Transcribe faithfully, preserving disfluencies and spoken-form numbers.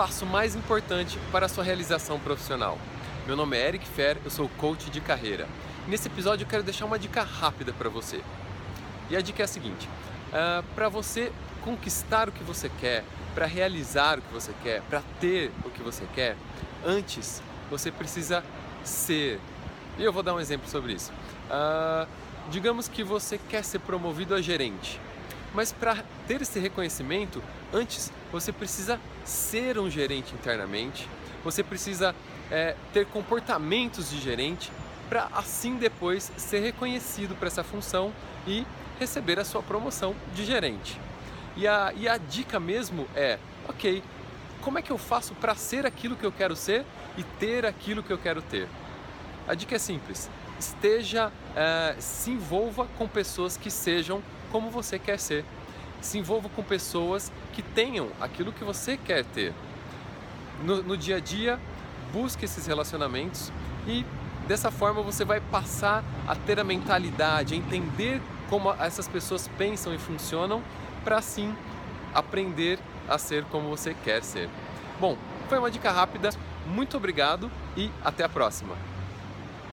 passo mais importante para a sua realização profissional. Meu nome é Eric Fer, eu sou coach de carreira. Nesse episódio eu quero deixar uma dica rápida para você. E a dica é a seguinte, uh, para você conquistar o que você quer, para realizar o que você quer, para ter o que você quer, antes você precisa ser. E eu vou dar um exemplo sobre isso. Uh, digamos que você quer ser promovido a gerente. Mas para ter esse reconhecimento, antes você precisa ser um gerente internamente, você precisa é, ter comportamentos de gerente para assim depois ser reconhecido para essa função e receber a sua promoção de gerente. E a, e a dica mesmo é, ok, como é que eu faço para ser aquilo que eu quero ser e ter aquilo que eu quero ter? A dica é simples, esteja, é, se envolva com pessoas que sejam como você quer ser. Se envolva com pessoas que tenham aquilo que você quer ter. No, no dia a dia, busque esses relacionamentos e dessa forma você vai passar a ter a mentalidade, a entender como essas pessoas pensam e funcionam, para assim aprender a ser como você quer ser. Bom, foi uma dica rápida, muito obrigado e até a próxima!